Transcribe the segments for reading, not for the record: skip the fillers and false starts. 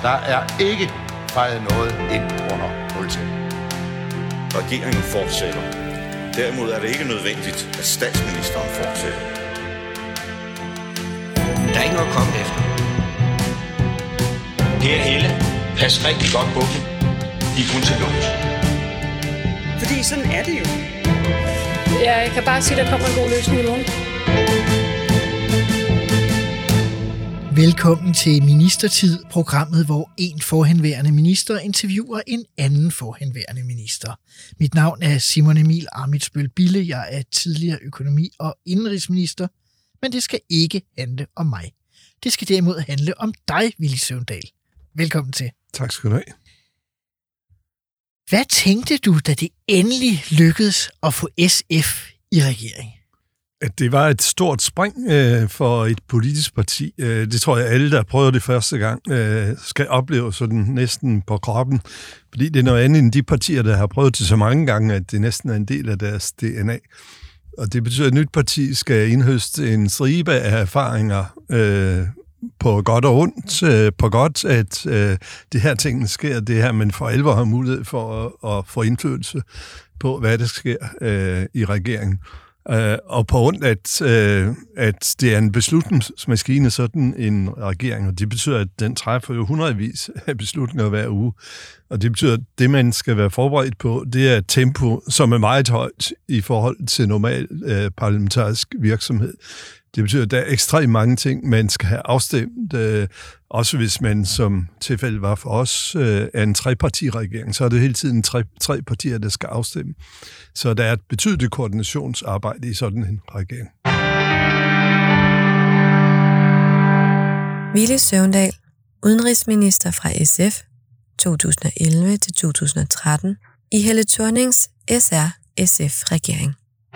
Der er ikke fejret noget ind under politiet. Regeringen fortsætter. Derimod er det ikke nødvendigt, at statsministeren fortsætter. Der er ikke noget at komme efter. Per Helle, pas rigtig godt på dem. De er kun til lås. Fordi sådan er det jo. Ja, jeg kan bare sige, at der kommer en god løsning i morgen. Velkommen til Ministertid, programmet, hvor en forhenværende minister interviewer en anden forhenværende minister. Mit navn er Simon Emil Ammitzbøll Bille. Jeg er tidligere økonomi- og indenrigsminister, men det skal ikke handle om mig. Det skal derimod handle om dig, Villy Søvndal. Velkommen til. Tak skal du have. Hvad tænkte du, da det endelig lykkedes at få SF i regering? At det var et stort spring for et politisk parti. Det tror jeg, alle, der prøver det første gang, skal opleve sådan næsten på kroppen. Fordi det er noget andet end de partier, der har prøvet det så mange gange, at det næsten er en del af deres DNA. Og det betyder, at et nyt parti skal indhøste en stribe af erfaringer på godt og ondt. På godt, at det her tingene sker, det her, man for alvor har mulighed for at få indflydelse på, hvad der sker i regeringen. Og på ondt, at det er en beslutningsmaskine, sådan en regering, og det betyder, at den træffer jo hundredvis af beslutninger hver uge. Og det betyder, at det, man skal være forberedt på, det er et tempo, som er meget højt i forhold til normal parlamentarisk virksomhed. Det betyder, at der er ekstremt mange ting, man skal have afstemt. Også hvis man, som tilfælde var for os, er en trepartiregering, så er det hele tiden tre partier, der skal afstemme. Så der er et betydeligt koordinationsarbejde i sådan en regering. Villy Søvndal, udenrigsminister fra SF 2011 til 2013 i Helle Thornings SR-SF-regering.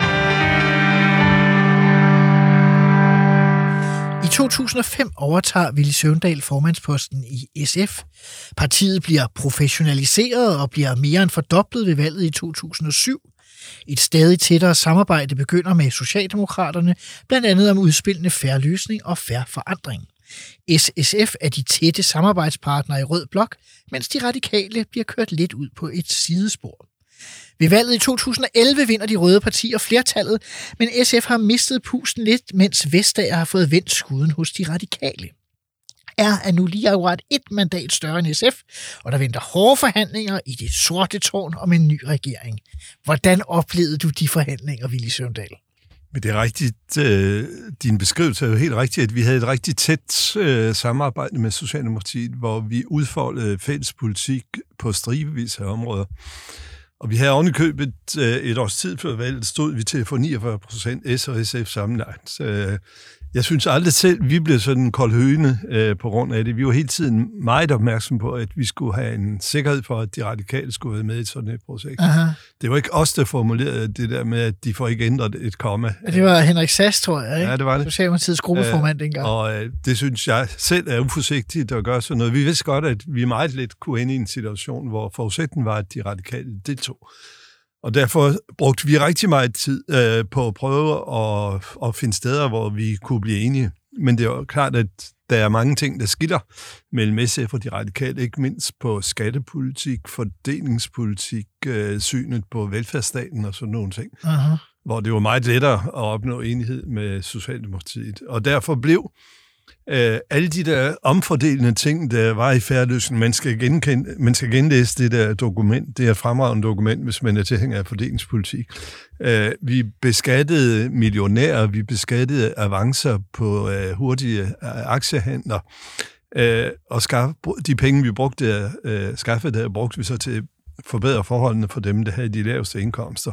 I 2005 overtager Villy Søvndal formandsposten i SF. Partiet bliver professionaliseret og bliver mere end fordoblet ved valget i 2007. Et stadig tættere samarbejde begynder med Socialdemokraterne, blandt andet om udspillene Fair Løsning og Fair Forandring. SSF er de tætte samarbejdspartnere i Rød Blok, mens de radikale bliver kørt lidt ud på et sidespor. Ved valget i 2011 vinder de røde partier flertallet, men SF har mistet pusten lidt, mens Vestager har fået vendt skuden hos de radikale. Er nu lige akkurat et mandat større end SF, og der venter hårde forhandlinger i det sorte tårn om en ny regering. Hvordan oplevede du de forhandlinger, Villy Søvndal? Men det er rigtigt. Din beskrivelse er jo helt rigtigt, at vi havde et rigtig tæt samarbejde med Socialdemokratiet, hvor vi udfoldede fælles politik på stribevis af områder. Og vi havde ovenikøbet et års tid før valget, stod vi til at få 49% S og SF sammenlagt. Jeg synes aldrig selv, vi blev sådan en kold høne på grund af det. Vi var hele tiden meget opmærksom på, at vi skulle have en sikkerhed for, at de radikale skulle være med i sådan et projekt. Aha. Det var ikke os, der formulerede det der med, at de får ikke ændret et komma. Det var Henrik Sass, tror jeg, ikke? Ja, det var det. Socialdemokratiets gruppeformand dengang. Og det synes jeg selv er uforsigtigt at gøre sådan noget. Vi vidste godt, at vi meget let kunne ende i en situation, hvor forudsætningen var, at de radikale deltog. Og derfor brugte vi rigtig meget tid på at prøve at finde steder, hvor vi kunne blive enige. Men det er jo klart, at der er mange ting, der skiller mellem SF og de radikale, ikke mindst på skattepolitik, fordelingspolitik, synet på velfærdsstaten og sådan nogle ting. Uh-huh. Hvor det var meget lettere at opnå enighed med Socialdemokratiet. Og derfor blev alle de der omfordelende ting, der var i Fair Løsning, man skal genlæse det der dokument. Det er et fremragende dokument, hvis man er tilhænger af fordelingspolitik. Vi beskattede millionærer, vi beskattede avancer på hurtige aktiehandler, og de penge, vi brugte brugte vi så til forbedre forholdene for dem, der havde de laveste indkomster.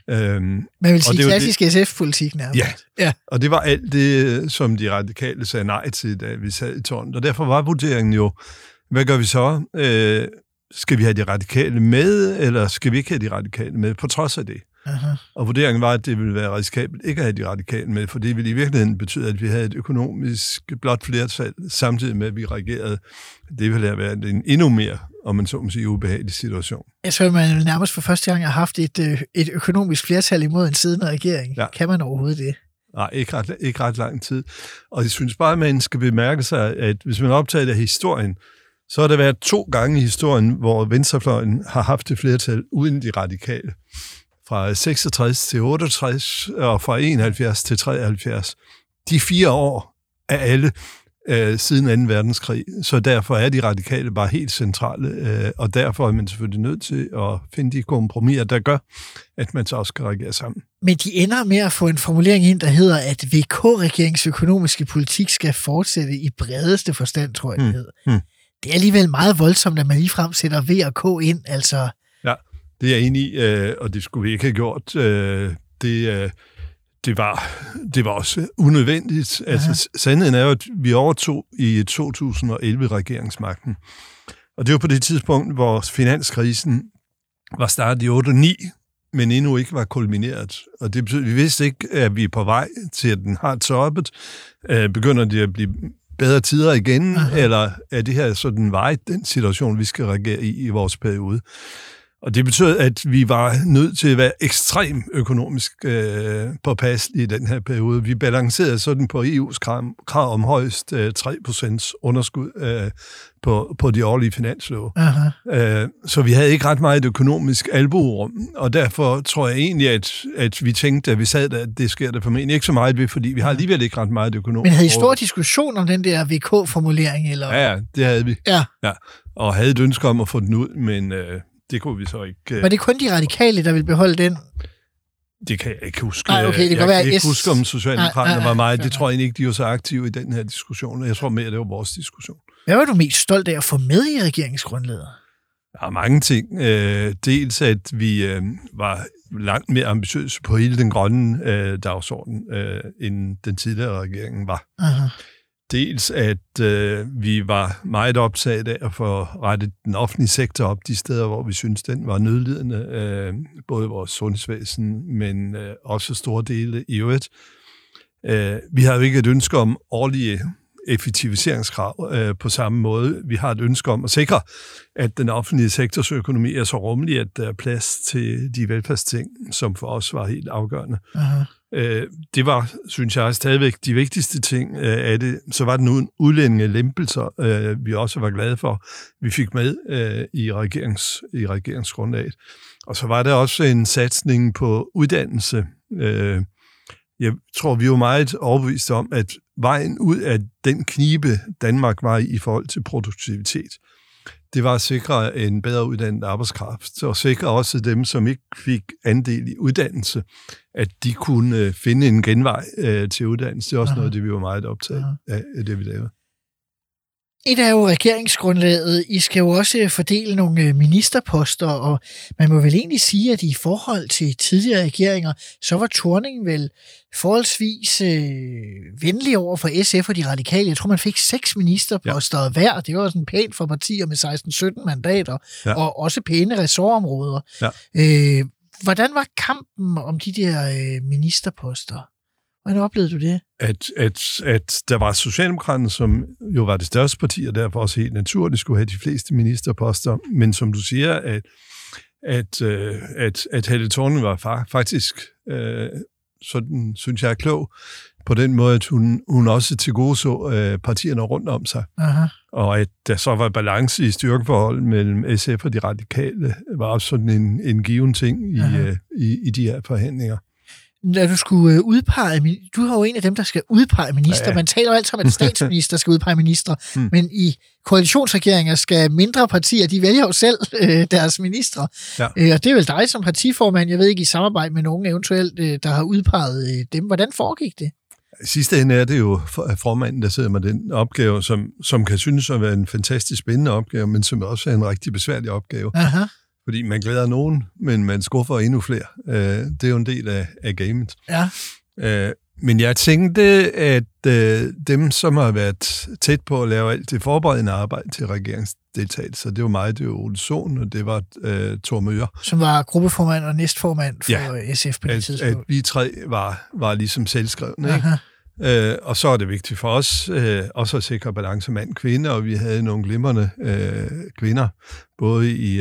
Man vil sige klassisk SF-politik nærmest. Ja, og det var alt det, som de radikale sagde nej til, da vi sad i tårnet. Og derfor var vurderingen jo, hvad gør vi så? Skal vi have de radikale med, eller skal vi ikke have de radikale med, på trods af det? Aha. Og vurderingen var, at det ville være risikabelt ikke at have de radikale med, for det ville i virkeligheden betyde, at vi havde et økonomisk blot flertal, samtidig med, at vi regerede. Det ville have været en endnu mere, om man så må sige, ubehagelig situation. Jeg tror, man nærmest for første gang har haft et økonomisk flertal imod en siddende regering. Ja. Kan man overhovedet det? Nej, ikke ret lang tid. Og jeg synes bare, at man skal bemærke sig, at hvis man optager af historien, så har der været 2 gange i historien, hvor venstrefløjen har haft et flertal uden de radikale. Fra 66 til 68 og fra 71 til 73. De 4 år er alle siden 2. verdenskrig, så derfor er de radikale bare helt centrale, og derfor er man selvfølgelig nødt til at finde de kompromiser, der gør, at man så også skal regere sammen. Men de ender med at få en formulering ind, der hedder, at VK-regeringens økonomiske politik skal fortsætte i bredeste forstand, tror jeg, det hedder. Det er alligevel meget voldsomt, at man ligefrem sætter V og K ind, altså. Ja, det er jeg enig i, og det skulle vi ikke have gjort. Det var også unødvendigt. Altså, sandheden er jo, at vi overtog i 2011 regeringsmagten. Og det var på det tidspunkt, hvor finanskrisen var startet i 8-9, men endnu ikke var kulmineret. Og det betyder, at vi vidste ikke, at vi er på vej til, at den har toppet. Begynder det at blive bedre tider igen, eller er det her sådan varigt den situation, vi skal regere i vores periode? Og det betød, at vi var nødt til at være ekstremt økonomisk påpasselige i den her periode. Vi balancerede sådan på EU's krav om højst 3% underskud på de årlige finanslove. Så vi havde ikke ret meget økonomisk albuerum, og derfor tror jeg egentlig, at vi tænkte, at vi sad der, at det sker der formentlig ikke så meget ved, fordi vi har alligevel ikke ret meget økonomisk. Men havde I stor diskussion om den der VK-formulering? Eller? Ja, det havde vi. Ja. Og havde et ønske om at få den ud, men det kunne vi så ikke. Var det kun de radikale, der ville beholde den? Det kan jeg ikke huske. Nej, okay, jeg kan ikke huske, om Socialdemokraterne var meget. Det tror jeg ikke, de var så aktive i den her diskussion. Jeg tror mere, det var vores diskussion. Hvad var du mest stolt af at få med i regeringsgrundlaget? Der er mange ting. Dels, at vi var langt mere ambitiøse på hele den grønne dagsorden, end den tidligere regering var. Dels, at vi var meget optaget af at få rettet den offentlige sektor op de steder, hvor vi synes den var nødlidende. Både vores sundhedsvæsen, men også store dele i øvrigt. Vi har jo ikke et ønske om årlige effektiviseringskrav på samme måde. Vi har et ønske om at sikre, at den offentlige sektors økonomi er så rummelig, at der er plads til de velfærdsting, som for os var helt afgørende. Det var, synes jeg, stadigvæk de vigtigste ting af det. Så var det nogle udlændingelempelser, vi også var glade for, vi fik med i regeringsgrundlaget. Og så var der også en satsning på uddannelse. Jeg tror, vi var meget overbevist om, at vejen ud af den knibe, Danmark var i forhold til produktivitet, det var at sikre en bedre uddannet arbejdskraft, og sikre også dem, som ikke fik andel i uddannelse, at de kunne finde en genvej til uddannelse. Det er også noget, det vi var meget optaget af det, vi lavede. Et er jo regeringsgrundlaget. I skal jo også fordele nogle ministerposter, og man må vel egentlig sige, at i forhold til tidligere regeringer, så var Thorning vel forholdsvis venlig over for SF og de radikale. Jeg tror, man fik 6 ministerposter hver. Det var sådan pænt for partier med 16-17 mandater, og også pæne ressortområder. Hvordan var kampen om de der ministerposter? Hvordan oplevede du det? At der var Socialdemokraterne, som jo var det største parti, og derfor også helt naturligt skulle have de fleste ministerposter. Men som du siger, at Helle Thorning var faktisk, sådan synes jeg er klog, på den måde, at hun også tilgodeså partierne rundt om sig. Og at der så var balance i styrkeforholdet mellem SF og de radikale, var også sådan en given ting i de her forhandlinger. Når du skulle udpege, du har jo en af dem, der skal udpege minister. Man taler jo altid om, at statsminister skal udpege minister, men i koalitionsregeringer skal mindre partier, de vælger jo selv deres ministre. Og det er vel dig som partiformand, jeg ved ikke, i samarbejde med nogen eventuelt, der har udpeget dem. Hvordan foregik det? I sidste ende er det jo formanden, der sidder med den opgave, som kan synes at være en fantastisk spændende opgave, men som også er en rigtig besværlig opgave. Fordi man glæder nogen, men man skuffer endnu flere. Det er jo en del af gamet. Men jeg tænkte, at dem, som har været tæt på at lave alt det forberedende arbejde til regeringsdeltagelse, det var mig, det var Ole Sohn, og det var Thor Møger. Som var gruppeformand og næstformand for SF på det tidspunkt. At vi 3 var ligesom selvskrevne, ikke? Og så er det vigtigt for os også at sikre balance mand-kvinde, og vi havde nogle glimrende kvinder, både i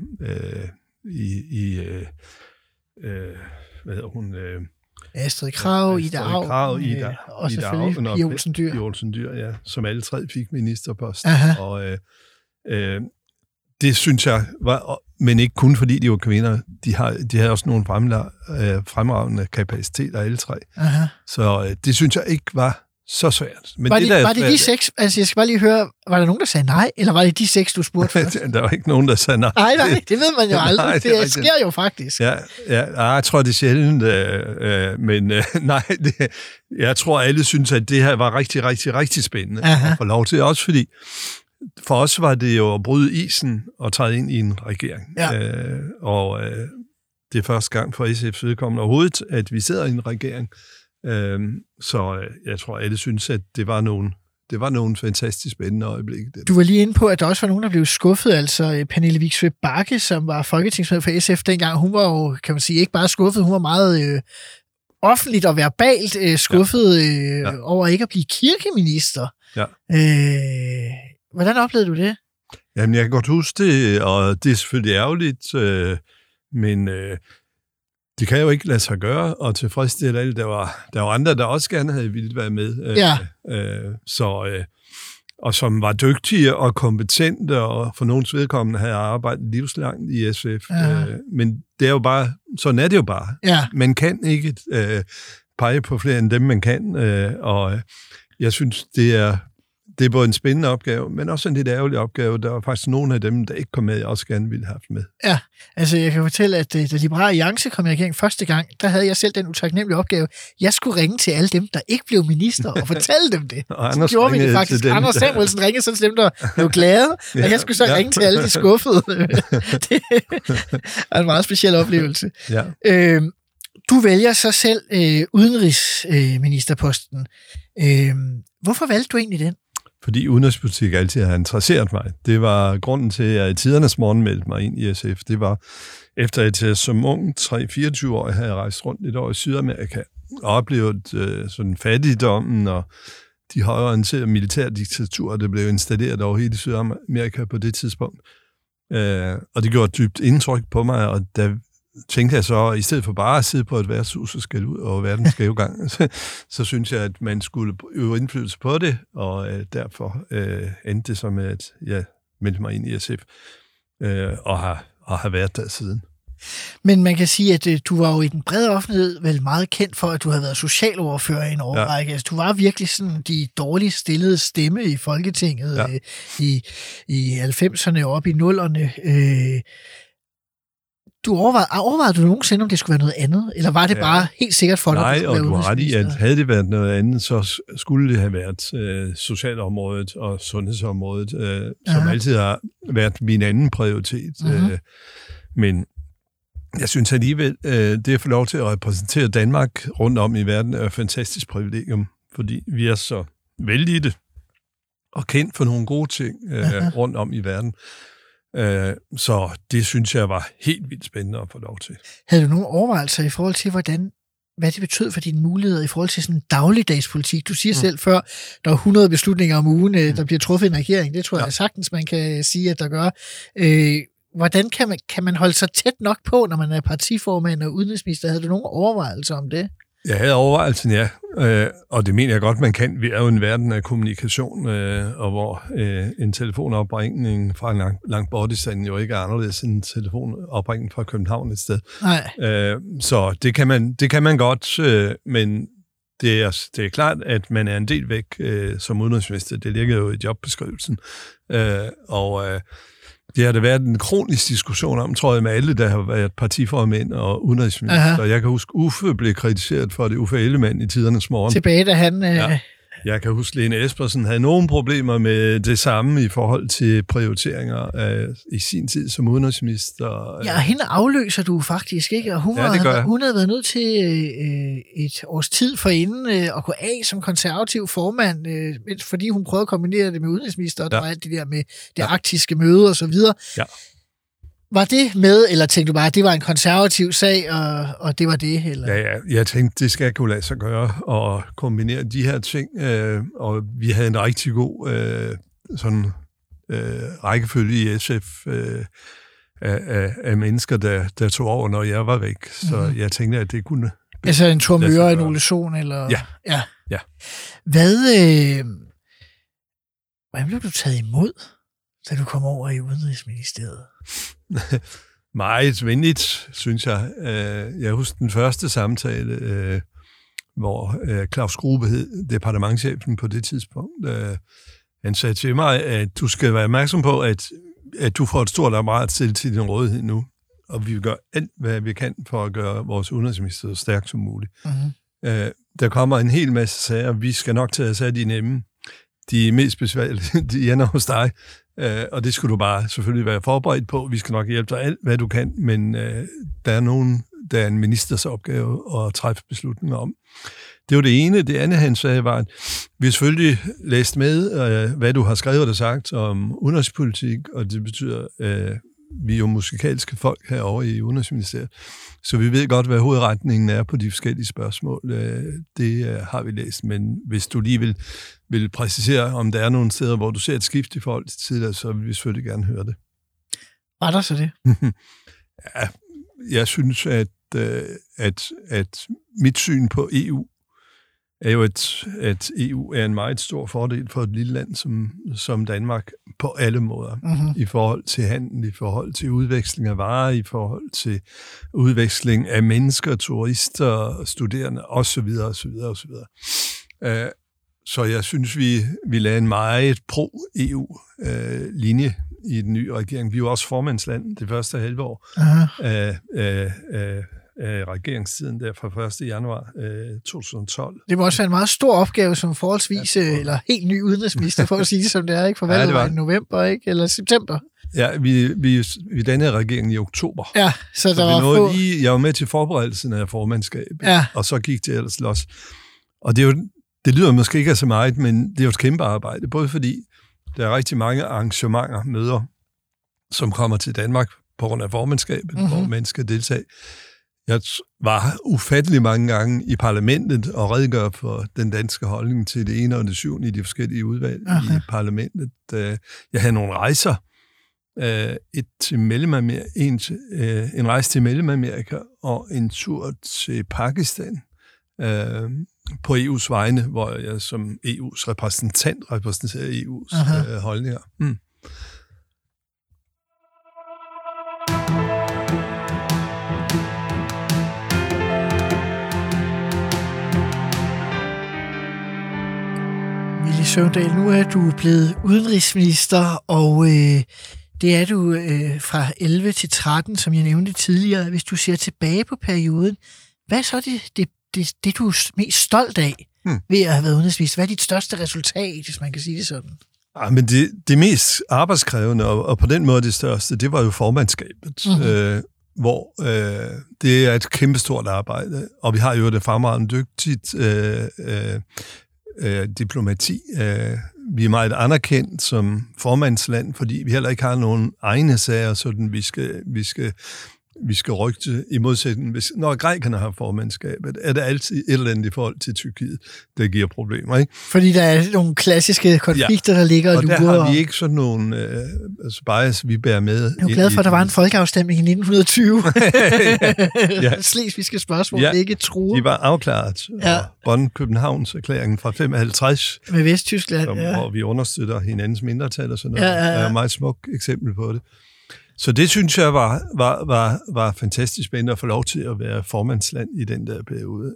hvad hedder hun? Astrid Krag, Ida Auken, og selvfølgelig Pia Olsen Dyhr. Pia Olsen Dyhr, ja, som alle 3 fik ministerpost. Og Det synes jeg var, men ikke kun fordi de var kvinder. De havde også nogle fremragende kapaciteter, alle tre. Aha. Så det synes jeg ikke var så svært. Men var det de 6? Altså, jeg skal bare lige høre, var der nogen, der sagde nej, eller var det de 6, du spurgte først? Der var ikke nogen, der sagde nej. Nej, det ved man jo aldrig. Nej, det sker jo faktisk. Ja, jeg tror, det er sjældent, men nej, jeg tror, alle synes, at det her var rigtig, rigtig, rigtig spændende at få lov til. Også fordi, for os var det jo at bryde isen og træde ind i en regering. Ja. Det er første gang for SF's vedkommende overhovedet, at vi sidder i en regering. Så jeg tror, alle synes, at det var nogle fantastisk spændende øjeblikke. Du var lige inde på, at der også var nogen, der blev skuffet. Altså Pernille Vigsø Bagge, som var folketingsmedlem for SF dengang, hun var jo, kan man sige, ikke bare skuffet, hun var meget offentligt og verbalt skuffet over ikke at blive kirkeminister. Ja. Hvordan oplevede du det? Jamen, jeg kan godt huske det, og det er selvfølgelig ærgerligt, men det kan jo ikke lade sig gøre, og tilfredsstille alle. Der var andre, der også gerne havde ville være med. Og som var dygtige og kompetente, og for nogens vedkommende havde arbejdet livslangt i SF. Men det er jo bare, sådan er det jo bare. Ja. Man kan ikke pege på flere end dem, man kan, og jeg synes, det er både en spændende opgave, men også en lidt ærgerlig opgave. Der var faktisk nogle af dem, der ikke kom med, jeg også gerne ville have haft med. Ja, altså jeg kan fortælle, at da Liberale Alliance kom i regering første gang, der havde jeg selv den utaknemmelige opgave. Jeg skulle ringe til alle dem, der ikke blev minister, og fortælle dem det. Og Anders gjorde vi det faktisk. Anders Samuelsen ringede sådan til dem, der blev glade, og jeg skulle så ringe til alle de skuffede. Det er en meget speciel oplevelse. Ja. Du vælger så selv udenrigsministerposten. Hvorfor valgte du egentlig den? Fordi udenrigspolitik altid har interesseret mig. Det var grunden til, at jeg i tidernes morgen meldte mig ind i SF. Det var efter at jeg som ung, 3-24 år, havde rejst rundt et år i Sydamerika og oplevet sådan fattigdommen og de højreorienterede militærdiktaturer, der blev installeret over hele Sydamerika på det tidspunkt. Og det gjorde et dybt indtryk på mig, og da tænkte jeg så, i stedet for bare at sidde på et værtshus og skælde ud over verdens skævegang, så synes jeg, at man skulle øve indflydelse på det, og derfor endte det så med, at jeg meldte mig ind i SF, og har været der siden. Men man kan sige, at du var jo i den brede offentlighed vel meget kendt for, at du havde været socialordfører i en årrække. Ja. Altså, du var virkelig sådan de dårligt stillede stemme i Folketinget i 90'erne og op i 0'erne. Overvejede du nogensinde, om det skulle være noget andet? Eller var det bare helt sikkert for dig? Nej, og du har ret i, at havde det været noget andet, så skulle det have været socialområdet og sundhedsområdet, som altid har været min anden prioritet. Men jeg synes alligevel, det at få lov til at repræsentere Danmark rundt om i verden er et fantastisk privilegium, fordi vi er så vældige og kendt for nogle gode ting rundt om i verden. Så det synes jeg var helt vildt spændende at få lov til. Havde du nogle overvejelser i forhold til, hvad det betød for dine muligheder i forhold til sådan en dagligdagspolitik? Du siger selv før, der er 100 beslutninger om ugen, der bliver truffet en regering. Det tror jeg sagtens, man kan sige, at der gør. Hvordan kan man holde sig tæt nok på, når man er partiformand og udenrigsminister? Havde du nogle overvejelser om det? Jeg havde overvejelsen, ja. Og det mener jeg godt, man kan. Vi er jo en verden af kommunikation, og hvor en telefonopringning fra langt bort i standen jo ikke er anderledes end en telefonopringning fra København et sted. Nej. Så det kan man godt, men det er klart, at man er en del væk som udenrigsminister. Det ligger jo i jobbeskrivelsen. Det har der været en kronisk diskussion om, tror jeg, med alle, der har været partiformænd og udenrigsminister. Jeg kan huske, Uffe blev kritiseret for det, Uffe Ellemann i tidernes morgen. Tilbage, da han... Jeg kan huske, Lene Espersen havde nogle problemer med det samme i forhold til prioriteringer i sin tid som udenrigsminister. Ja, hende afløser du faktisk, ikke? Og hun havde været nødt til et års tid forinden at gå af som konservativ formand, fordi hun prøvede at kombinere det med udenrigsminister, og der var alt det der med det arktiske møde og så videre. Ja. Var det med, eller tænkte du bare, at det var en konservativ sag, og det var det? Eller? Ja, jeg tænkte, det skal kunne lade sig gøre, og kombinere de her ting, og vi havde en rigtig god rækkefølge i SF af mennesker, der tog over, når jeg var væk. Så jeg tænkte, at det kunne... Altså en Thor Möger, en Ole Sohn, eller... Ja. Hvordan blev du taget imod? da du kom over i Udenrigsministeriet? Meget venligt, synes jeg. Jeg husker den første samtale, hvor Claus Grube hed departementschefen på det tidspunkt. Han sagde til mig, at du skal være opmærksom på, at du får et stort apparat til din rådighed nu, og vi vil gøre alt, hvad vi kan for at gøre vores udenrigsministeriet så stærkt som muligt. Mm-hmm. Der kommer en hel masse sager, vi skal nok tage os af de nemme. De mest besværlige, de ender hos dig, og det skulle du bare selvfølgelig være forberedt på. Vi skal nok hjælpe dig alt, hvad du kan, men der er en ministers opgave at træffe beslutninger om. Det var det ene. Det andet, han sagde, var, at vi har selvfølgelig læst med, hvad du har skrevet og sagt om udenrigspolitik, og det betyder, vi er jo musikalske folk herovre i Udenrigsministeriet, så vi ved godt, hvad hovedretningen er på de forskellige spørgsmål. Det har vi læst, men hvis du lige vil præcisere, om der er nogle steder, hvor du ser et skift i forhold til tidligere, så vil vi selvfølgelig gerne høre det. Var der så det? Ja, jeg synes, at mit syn på EU er jo, at EU er en meget stor fordel for et lille land som Danmark på alle måder. Mm-hmm. I forhold til handel, i forhold til udveksling af varer, i forhold til udveksling af mennesker, turister, studerende osv. osv. Så jeg synes, vi lader en meget pro-EU-linje i den nye regering. Vi er jo også formandsland det første halve år af regeringstiden der fra 1. januar 2012. Det må også være en meget stor opgave som forholdsvis, eller helt ny udenrigsminister, for at sige det som det er, ikke? For valget var i november, ikke? Eller september. Ja, vi dannede regeringen i oktober. Ja, så der var jeg var med til forberedelsen af formandskabet, og så gik det ellers los. Og det lyder måske ikke så meget, men det er jo et kæmpe arbejde, både fordi der er rigtig mange arrangementer, møder, som kommer til Danmark på grund af formandskabet, hvor man skal deltage. Jeg var ufattelig mange gange i parlamentet og redegør for den danske holdning til det ene og det syvende i de forskellige udvalg i parlamentet. Jeg havde nogle rejser. En rejse til Mellemamerika og en tur til Pakistan på EU's vegne, hvor jeg som EU's repræsentant repræsenterer EU's holdninger. Villy Søvndal, nu er du blevet udenrigsminister, og det er du fra 11 til 13, som jeg nævnte tidligere. Hvis du ser tilbage på perioden, hvad er så det du er mest stolt af ved at have været udenrigsminister? Hvad er dit største resultat, hvis man kan sige det sådan? Ja, men det mest arbejdskrævende, og på den måde det største, det var jo formandskabet, hvor det er et kæmpestort arbejde, og vi har jo det fremragende dygtigt diplomati. Vi er meget anerkendt som formandsland, fordi vi heller ikke har nogen egne sager, sådan vi skal rygte i modsætning. Når grækerne har formandskabet, er der altid et eller andet i forhold til Tyrkiet, der giver problemer, ikke? Fordi der er nogle klassiske konflikter, der ligger og lurer. Og der har vi ikke sådan nogle bias, vi bærer med. Jeg er glad for, at der var en folkeafstemning i 1920. Slesvigske spørgsmål, ikke truer. De var afklaret. Ja. Bonn-Københavns erklæringen fra 55. Med Vesttyskland, hvor vi understøtter hinandens mindretal og sådan noget. Det er et meget smukt eksempel på det. Så det synes jeg var fantastisk spændende at få lov til at være formandsland i den der periode.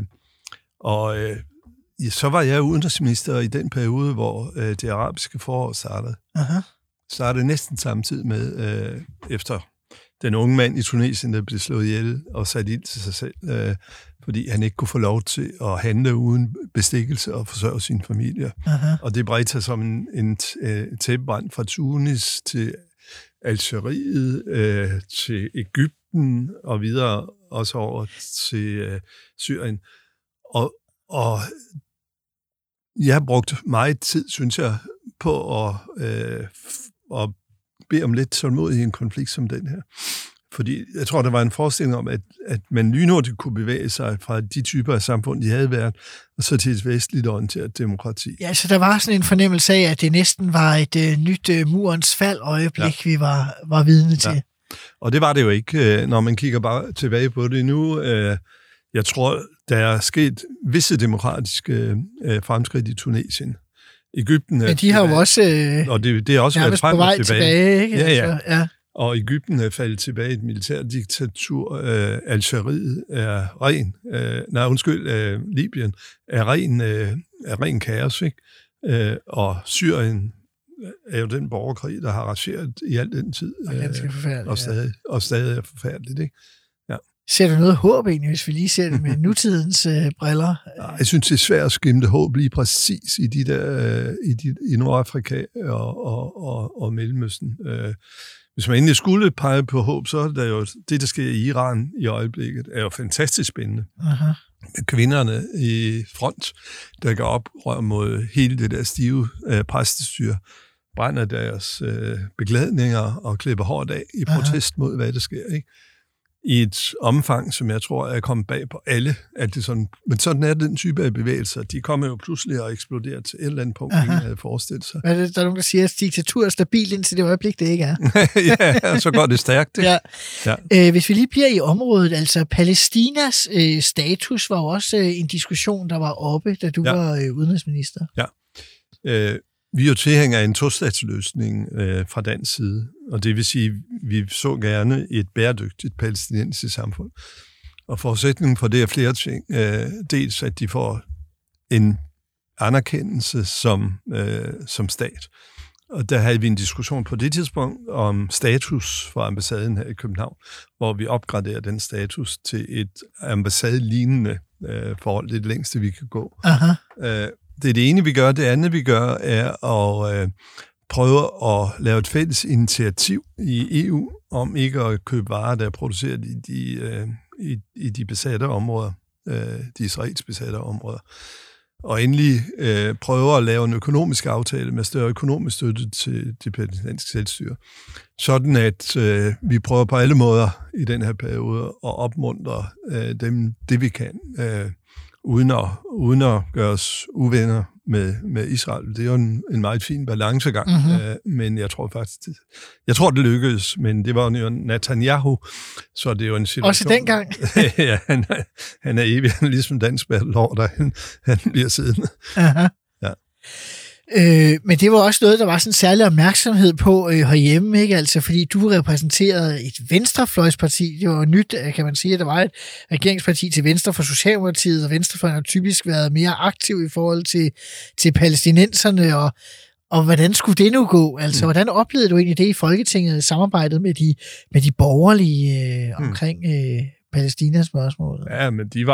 Så var jeg udenrigsminister i den periode, hvor det arabiske forår startede. Startede næsten samtidig med, efter den unge mand i Tunesien, der blev slået ihjel og sat ild til sig selv, fordi han ikke kunne få lov til at handle uden bestikkelse og forsørge sin familie. Og det bredte sig som en tæppebrand fra Tunis til Algeriet, til Egypten og videre, også over til Syrien. Og jeg har brugt meget tid, synes jeg, på at bede om lidt tålmodighed i en konflikt som den her. Fordi jeg tror, der var en forestilling om, at man lynhurtigt kunne bevæge sig fra de typer af samfund, de havde været, og så til et vestligt orienteret demokrati. Ja, så der var sådan en fornemmelse af, at det næsten var et nyt murens fald-øjeblik, vi var vidne til. Og det var det jo ikke, når man kigger bare tilbage på det nu. Jeg tror, der er sket visse demokratiske fremskridt i Tunesien Egypten er men de har jo også og det er også været på vej tilbage, ikke? Ja. Altså, ja. Og Egypten er faldet tilbage i et militærdiktatur. Algeriet er ren, Libyen er ren kaos, ikke? Og Syrien er jo den borgerkrig, der har raseret i al den tid. Og stadig er forfærdeligt, ikke? Ja. Ser du noget håb egentlig, hvis vi lige ser det med nutidens briller? Jeg synes, det er svært at skimte håb lige præcis i de der i Nordafrika og Mellemøsten. Hvis man endelig skulle pege på håb, så er det jo det, der sker i Iran i øjeblikket, er jo fantastisk spændende. Aha. Kvinderne i front, der går oprør mod hele det der stive præstestyre, brænder deres beklædninger og klipper hårdt af i protest mod, hvad der sker, ikke? I et omfang, som jeg tror er kommet bag på alle. At det sådan, men sådan er den type af bevægelser. De kommer jo pludselig og eksploderer til et eller andet punkt, ingen havde forestillet sig. Der er nogen, der siger, at diktatur er stabilt indtil det øjeblik, det ikke er. Ja, så går det stærkt. Ikke? Ja. Hvis vi lige bliver i området, altså Palæstinas status var jo også en diskussion, der var oppe, da du var udenrigsminister. Ja. Vi er jo tilhængere af en tostatsløsning fra dansk side, og det vil sige, at vi så gerne et bæredygtigt palæstinensisk samfund. Og forudsætningen for det er flere ting. Dels, at de får en anerkendelse som stat. Og der havde vi en diskussion på det tidspunkt om status for ambassaden her i København, hvor vi opgraderer den status til et ambassadelignende forhold. Det er det længste, vi kan gå. Aha. Det er det ene, vi gør. Det andet, vi gør, er at prøve at lave et fælles initiativ i EU om ikke at købe varer, der er produceret i de besatte områder, de israelsk besatte områder. Og endelig prøve at lave en økonomisk aftale med større økonomisk støtte til det palæstinensiske selvstyre. Sådan at vi prøver på alle måder i den her periode at opmuntre dem, det vi kan, uden at gøre os uvenner med Israel. Det er jo en meget fin balancegang, men jeg tror det lykkedes, men det var jo Netanyahu, så det er jo en situation... Også dengang? Ja, han er evig, han er ligesom dansk battlelord, der han bliver siddende. Aha. Ja. Men det var også noget, der var sådan en særlig opmærksomhed på herhjemme, ikke? Altså, fordi du repræsenterede et venstrefløjsparti. Det var nyt, kan man sige, at der var et regeringsparti til venstre for Socialdemokratiet, og venstrefløjen har typisk været mere aktiv i forhold til palæstinenserne, og hvordan skulle det nu gå? Altså, hvordan oplevede du egentlig det i Folketinget, samarbejdet med de borgerlige omkring Palæstina-spørgsmålet? Ja, men de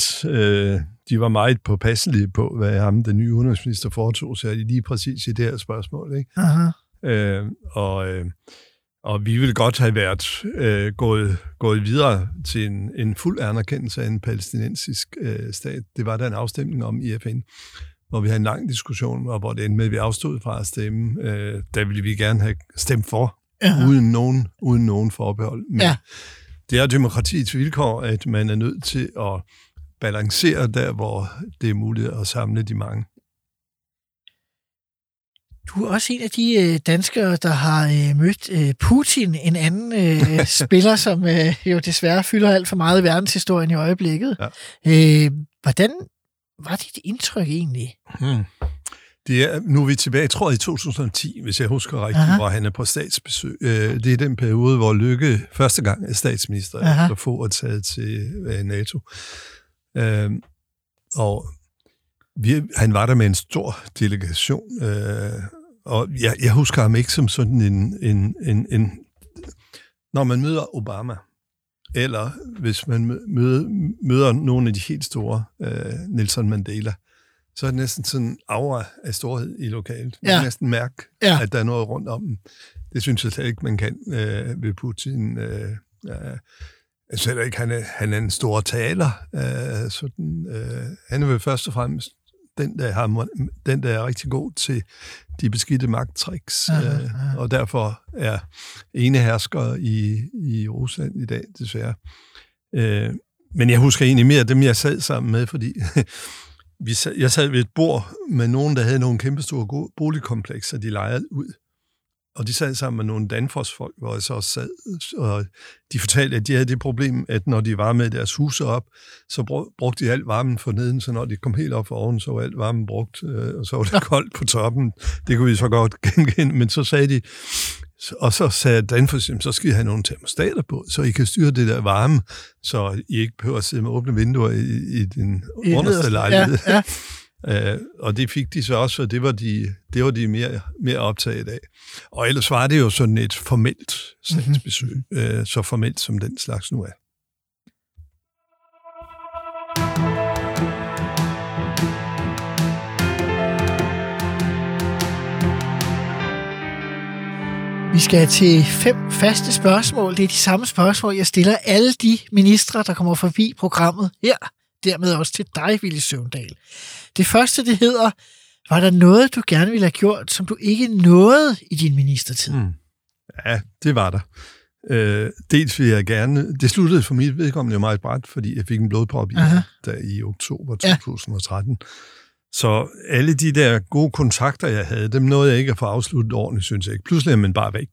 var meget påpasselige på, hvad ham, den nye udenrigsminister, foretog sig lige præcis i det her spørgsmål. Ikke? Aha. Og vi ville godt have været gået videre til en fuld anerkendelse af en palæstinensisk stat. Det var der en afstemning om i FN, hvor vi havde en lang diskussion, og hvor det endte med, at vi afstod fra at stemme. Der ville vi gerne have stemt for, uden nogen forbehold. Men det er demokratiets vilkår, at man er nødt til at balancere der, hvor det er muligt at samle de mange. Du er også en af de danskere, der har mødt Putin, en anden spiller, som jo desværre fylder alt for meget i verdenshistorien i øjeblikket. Ja. Hvordan var dit indtryk egentlig? Nu er vi tilbage, tror jeg, i 2010, hvis jeg husker rigtigt, hvor han er på statsbesøg. Det er den periode, hvor Løkke første gang er statsminister, efter få er taget til NATO. Og han var der med en stor delegation, og jeg husker ham ikke som sådan en når man møder Obama, eller hvis man møder nogle af de helt store, Nelson Mandela, så er det næsten sådan en aura af storhed i lokalet. Man kan næsten mærke, at der er noget rundt om dem. Det synes jeg slet ikke, man kan ved Putin. Jeg synes ikke, han er en stor taler. Han er vel først og fremmest den, der er rigtig god til de beskidte magttricks, og derfor er enehersker i Rusland i dag, desværre. Men jeg husker egentlig mere dem, jeg sad sammen med, fordi jeg sad ved et bord med nogen, der havde nogle kæmpestore boligkomplekser, de lejede ud. og de sad sammen med nogle Danfoss-folk, hvor jeg så også sad, og de fortalte, at de havde det problem, at når de varmede deres huse op, så brugte de alt varmen for neden, så når de kom helt op for oven, så var alt varmen brugt, og så var det koldt på toppen. Det kunne vi så godt genkende, men så sagde de, og så sagde Danfoss, så skal I have nogle termostater på, så I kan styre det der varme, så I ikke behøver at sidde med åbne vinduer i din underste lejlighed. Ja. Og det fik de så også, og det var de mere optaget af. Og ellers var det jo sådan et formelt statsbesøg, så formelt som den slags nu er. Vi skal til 5 faste spørgsmål. Det er de samme spørgsmål, jeg stiller alle de ministre, der kommer forbi programmet her. Dermed også til dig, Villy Søvndal. Det første, det hedder, var der noget, du gerne ville have gjort, som du ikke nåede i din ministertid? Ja, det var der. Dels vil jeg gerne, det sluttede for mit vedkommende jo meget bræt, fordi jeg fik en blodprop i oktober 2013. Så alle de der gode kontakter, jeg havde, dem nåede jeg ikke at få afsluttet ordentligt, synes jeg ikke. Pludselig er man bare væk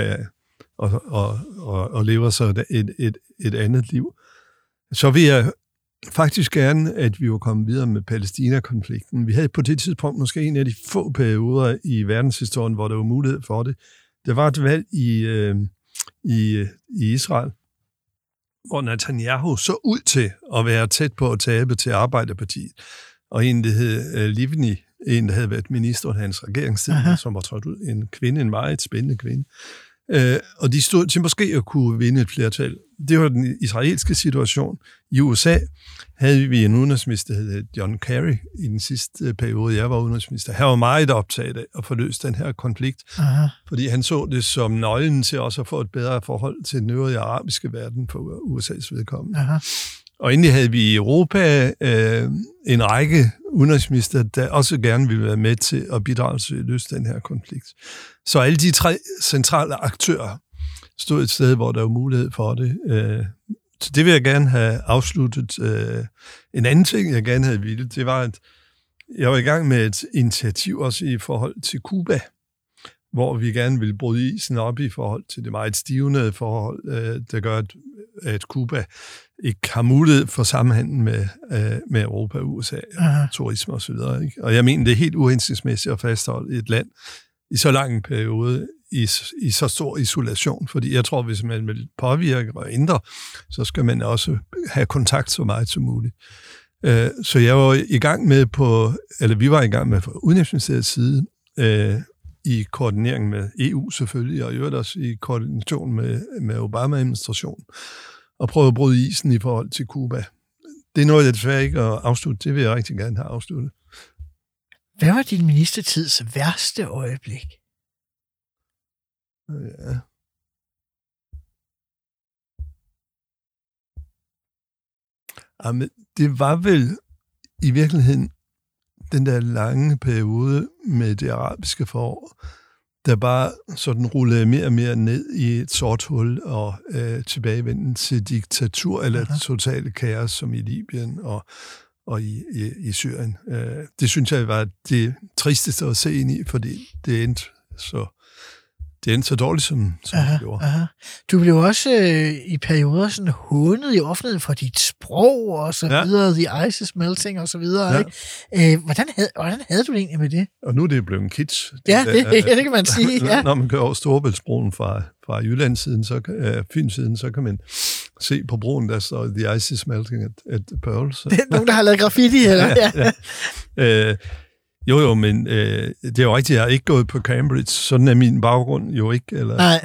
og lever så et andet liv. Så vil jeg faktisk gerne, at vi var kommet videre med Palæstina-konflikten. Vi havde på det tidspunkt måske en af de få perioder i verdenshistorien, hvor der var mulighed for det. Der var et valg i Israel, hvor Netanyahu så ud til at være tæt på at tabe til Arbejderpartiet. Og en, der hed Livni, en, der havde været minister af hans regeringstid, som var trådt ud, en meget spændende kvinde. Og de stod til måske at kunne vinde et flertal. Det var den israelske situation. I USA havde vi en udenrigsminister, der hed John Kerry, i den sidste periode, jeg var udenrigsminister. Han var meget optaget af at få løst den her konflikt, fordi han så det som nøglen til også at få et bedre forhold til den øvrige arabiske verden for USA's vedkommende. Og endelig havde vi i Europa en række udenrigsminister, der også gerne ville være med til at bidrage til at løse den her konflikt. Så alle de 3 centrale aktører stod et sted, hvor der var mulighed for det. Så det vil jeg gerne have afsluttet. En anden ting, jeg gerne havde ville, det var, at jeg var i gang med et initiativ også i forhold til Cuba, hvor vi gerne ville bryde isen op i forhold til det meget stivnede forhold, der gør, at Cuba ikke har mulighed for sammenhandel med Europa, USA, turisme osv. Og jeg mener, det er helt uhensigtsmæssigt at fastholde et land i så lang en periode i så stor isolation, fordi jeg tror, hvis man vil påvirke og ændre, så skal man også have kontakt så meget som muligt. Så jeg var i gang med vi var i gang med fra Udenrigsministeriets side, i koordinering med EU selvfølgelig, og i øvrigt også i koordination med Obama-administrationen, og prøve at bryde isen i forhold til Cuba. Det er noget, jeg desværre ikke at afslutte. Det vil jeg rigtig gerne have afsluttet. Hvad var din ministertids værste øjeblik? Ja. Jamen, det var vel i virkeligheden den der lange periode med det arabiske forår, der bare sådan rullede mere og mere ned i et sort hul og tilbagevenden til diktatur eller totale kaos, som i Libyen og i Syrien. Det synes jeg var det tristeste at se ind i, fordi det endte så dårligt, som det gjorde. Du blev også i perioder sådan hånet i offentligheden for dit sprog og så videre, the ice is melting og så videre. Ja. Hvordan havde du det egentlig med det? Og nu er det blevet en kitsch. Det kan man sige. Ja. Når man kører over Storebæltsbroen fra Jyllandssiden, Fynsiden, så kan man se på broen, der står the ice is melting at Pearl. Så. Det er nogen, der har lavet graffiti, eller? Ja. Jo, men det er jo rigtigt, jeg har ikke gået på Cambridge. Sådan er min baggrund jo ikke.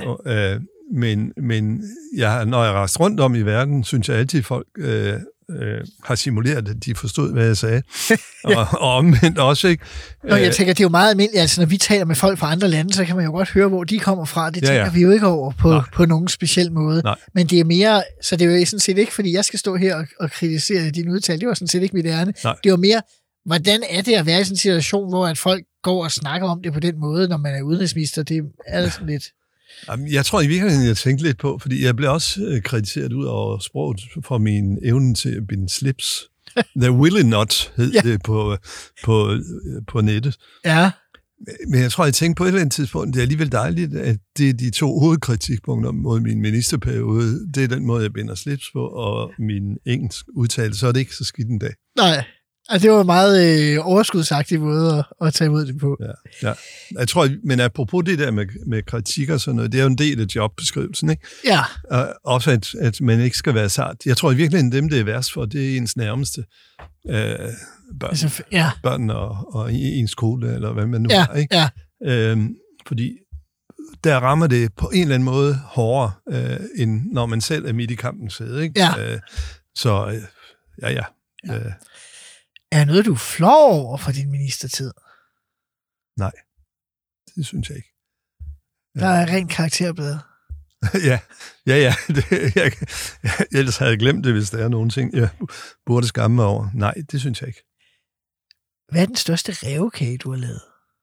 Men når jeg rejste rundt om i verden, synes jeg altid, folk har simuleret, at de forstod, hvad jeg sagde. og omvendt også, ikke? Jeg tænker, det er jo meget almindeligt. Altså, når vi taler med folk fra andre lande, så kan man jo godt høre, hvor de kommer fra. Det tænker vi jo ikke over på nogen speciel måde. Nej. Men det er mere, så det er jo sådan set ikke, fordi jeg skal stå her og kritisere din udtale. Det var sådan set ikke mit ærne. Nej. Det var mere, hvordan er det at være i sådan en situation, hvor at folk går og snakker om det på den måde, når man er udenrigsminister? Det er sådan lidt... Jeg tror i virkeligheden, jeg tænkte lidt på, fordi jeg blev også kritiseret ud over sproget for min evne til at binde slips. The Willy Not hed det på nettet. Ja. Men jeg tror, jeg tænkte på et eller andet tidspunkt, det er alligevel dejligt, at det er de 2 hovedkritikpunkter mod min ministerperiode. Det er den måde, jeg binder slips på, og min engelsk udtalelse, så er det ikke så skidt en dag. Nej, altså det var en meget overskudsagtig måde at tage imod det på. Ja. Jeg tror, men apropos det der med kritik og sådan noget, det er jo en del af jobbeskrivelsen, ikke? Ja. Også at man ikke skal være sart. Jeg tror i virkeligheden, dem det er værst for, det er ens nærmeste børn og i ens skole, eller hvad man nu har, ikke? Ja. Fordi der rammer det på en eller anden måde hårdere, end når man selv er midt i kampen sæde, ikke? Ja. Ja. Er noget, du flår over for din ministertid? Nej, det synes jeg ikke. Der er rent karakterblad. Ja. Ellers havde jeg glemt det, hvis der er nogle ting, jeg burde skamme mig over. Nej, det synes jeg ikke. Hvad er den største rævekage, du har lavet?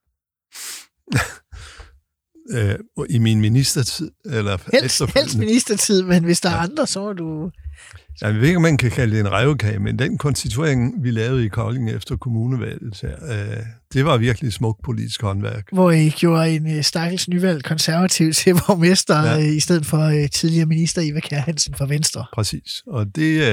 I min ministertid? Eller helst ministertid, men hvis der er andre, så er du... Jeg ved ikke, om man kan kalde det en rævekage, men den konstituering, vi lavede i Kolding efter kommunevalget, det var virkelig smukt politisk håndværk. Hvor I gjorde en stakkels nyvalgt konservativ til borgmester, i stedet for tidligere minister Eva Kjær Hansen fra Venstre. Præcis, og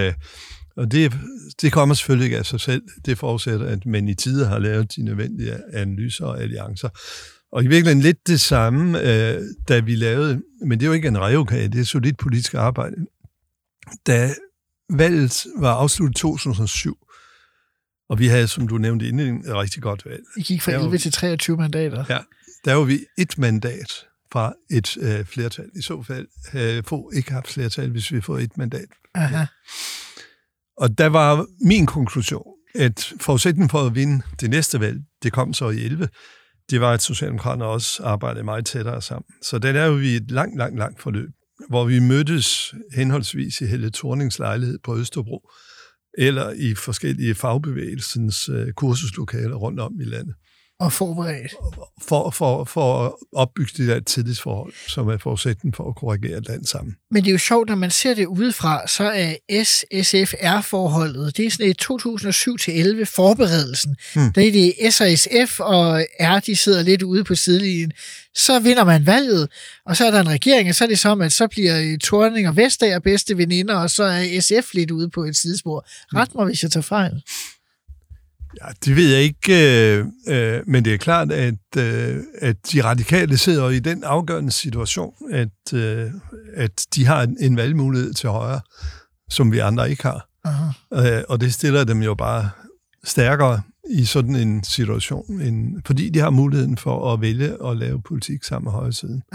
det kommer selvfølgelig ikke af sig selv. Det forudsætter, at man i tide har lavet de nødvendige analyser og alliancer. Og i virkeligheden lidt det samme, da vi lavede, men det er jo ikke en rævekage, det er solidt politisk arbejde. Da valget var afsluttet 2007, og vi havde, som du nævnte inden, et rigtig godt valg. I gik fra 11 til 23 mandater. Ja, der var vi 1 mandat fra et flertal. I så fald havde ikke haft flertal, hvis vi får 1 mandat. Aha. Ja. Og der var min konklusion, at forudsætningen for at vinde det næste valg, det kom så i 11, det var, at Socialdemokraterne også arbejdede meget tættere sammen. Så der lavede vi et langt forløb, hvor vi mødtes henholdsvis i Helle Thornings lejlighed på Østerbro, eller i forskellige fagbevægelsens kursuslokaler rundt om i landet. Og forberedt. For at opbygge det der tillidsforhold, som er forudsætningen for at korrigere et land sammen. Men det er jo sjovt, når man ser det udefra, så er S-SF-R-forholdet, det er sådan et 2007-11 forberedelsen. Det er det S og SF, og R, de sidder lidt ude på sidelinjen. Så vinder man valget, og så er der en regering, og så er det som, at så bliver Thorning og Vestager bedste veninder, og så er SF lidt ude på et sidespor. Ret mig, hvis jeg tager fejl. Ja, det ved jeg ikke, men det er klart, at de radikale sidder i den afgørende situation, at de har en valgmulighed til højre, som vi andre ikke har. Og det stiller dem jo bare stærkere i sådan en situation, fordi de har muligheden for at vælge at lave politik sammen med højresiden.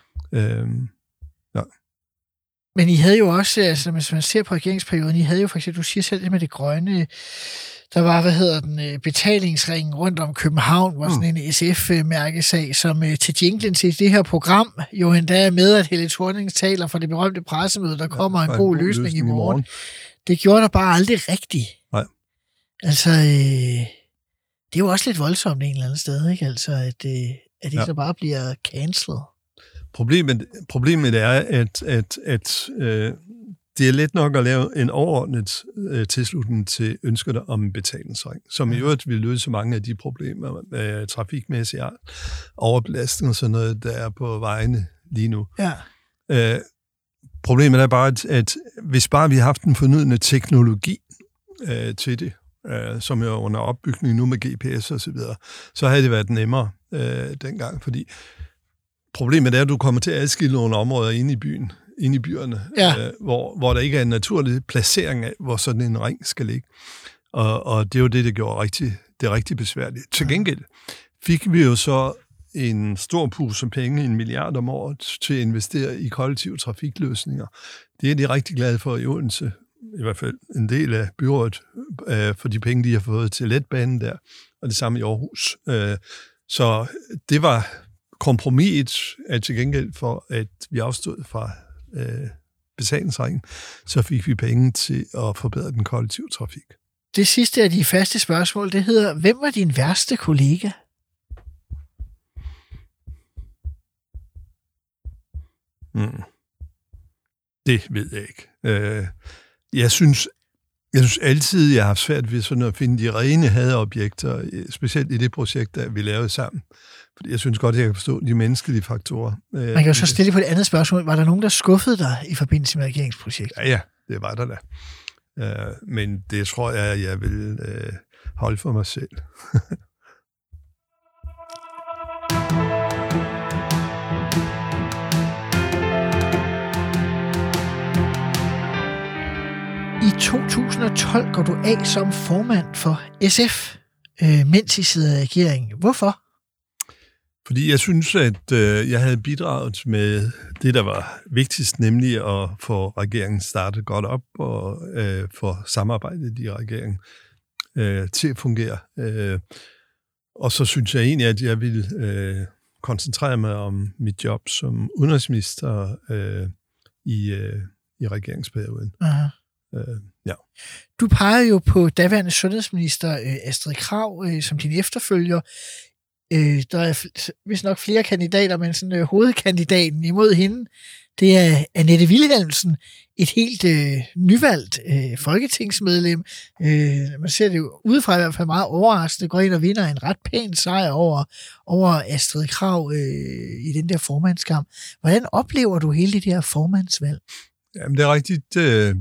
Ja. Men I havde jo også, altså hvis man ser på regeringsperioden, I havde jo for eksempel, du siger selv det med det grønne. Der var, betalingsringen rundt om København, var sådan en SF-mærkesag, som til jinglen til det her program jo endda er med, at Helle Thorning taler for det berømte pressemøde, der kommer en god løsning i morgen. Det gjorde der bare aldrig rigtigt. Nej. Altså, det er jo også lidt voldsomt en eller anden sted, ikke? Altså, at det så bare bliver cancelled. Problemet er, at det er let nok at lave en overordnet tilslutning til ønsket om en betalingsring, som i øvrigt vil løse mange af de problemer med trafikmæssig art, overbelastning og sådan noget, der er på vejene lige nu. Ja. Problemet er bare, at hvis bare vi har haft den fornødne teknologi til det, som er under opbygning nu med GPS og så videre, så havde det været nemmere dengang, fordi problemet er, at du kommer til at adskille nogle områder inde i byerne, hvor der ikke er en naturlig placering af, hvor sådan en ring skal ligge. Og det er jo det, der gjorde det rigtig besværligt. Til gengæld fik vi jo så en stor pose penge, 1 milliard om året, til at investere i kollektive trafikløsninger. Det er de rigtig glade for i Odense, i hvert fald en del af byrådet, for de penge, de har fået til letbanen der, og det samme i Aarhus. Så det var kompromiset til gengæld for, at vi afstod fra betalingsringen, så fik vi penge til at forbedre den kollektive trafik. Det sidste af de faste spørgsmål, det hedder, hvem var din værste kollega? Det ved jeg ikke. Jeg synes, Jeg synes altid, jeg har haft svært ved sådan at finde de rene hadobjekter, specielt i det projekt, der vi lavede sammen. Fordi jeg synes godt, jeg kan forstå de menneskelige faktorer. Man kan jo så stille på et andet spørgsmål. Var der nogen, der skuffede dig i forbindelse med regeringsprojektet? Ja, det var der da. Men det tror jeg vil holde for mig selv. I 2012 går du af som formand for SF, mens I sidder i regeringen. Hvorfor? Fordi jeg synes, at jeg havde bidraget med det, der var vigtigst, nemlig at få regeringen startet godt op og få samarbejdet i regeringen til at fungere. Og så synes jeg egentlig, at jeg ville koncentrere mig om mit job som udenrigsminister i regeringsperioden. Aha. Ja. Du peger jo på daværende sundhedsminister Astrid Krag som din efterfølger. Der er vist nok flere kandidater, men sådan hovedkandidaten imod hende, det er Annette Wilhelmsen, et helt nyvalgt folketingsmedlem. Man ser det jo udefra i hvert fald meget overraskende, går ind og vinder en ret pæn sejr over Astrid Krag i den der formandskamp. Hvordan oplever du hele det der formandsvalg? Jamen, det er rigtigt.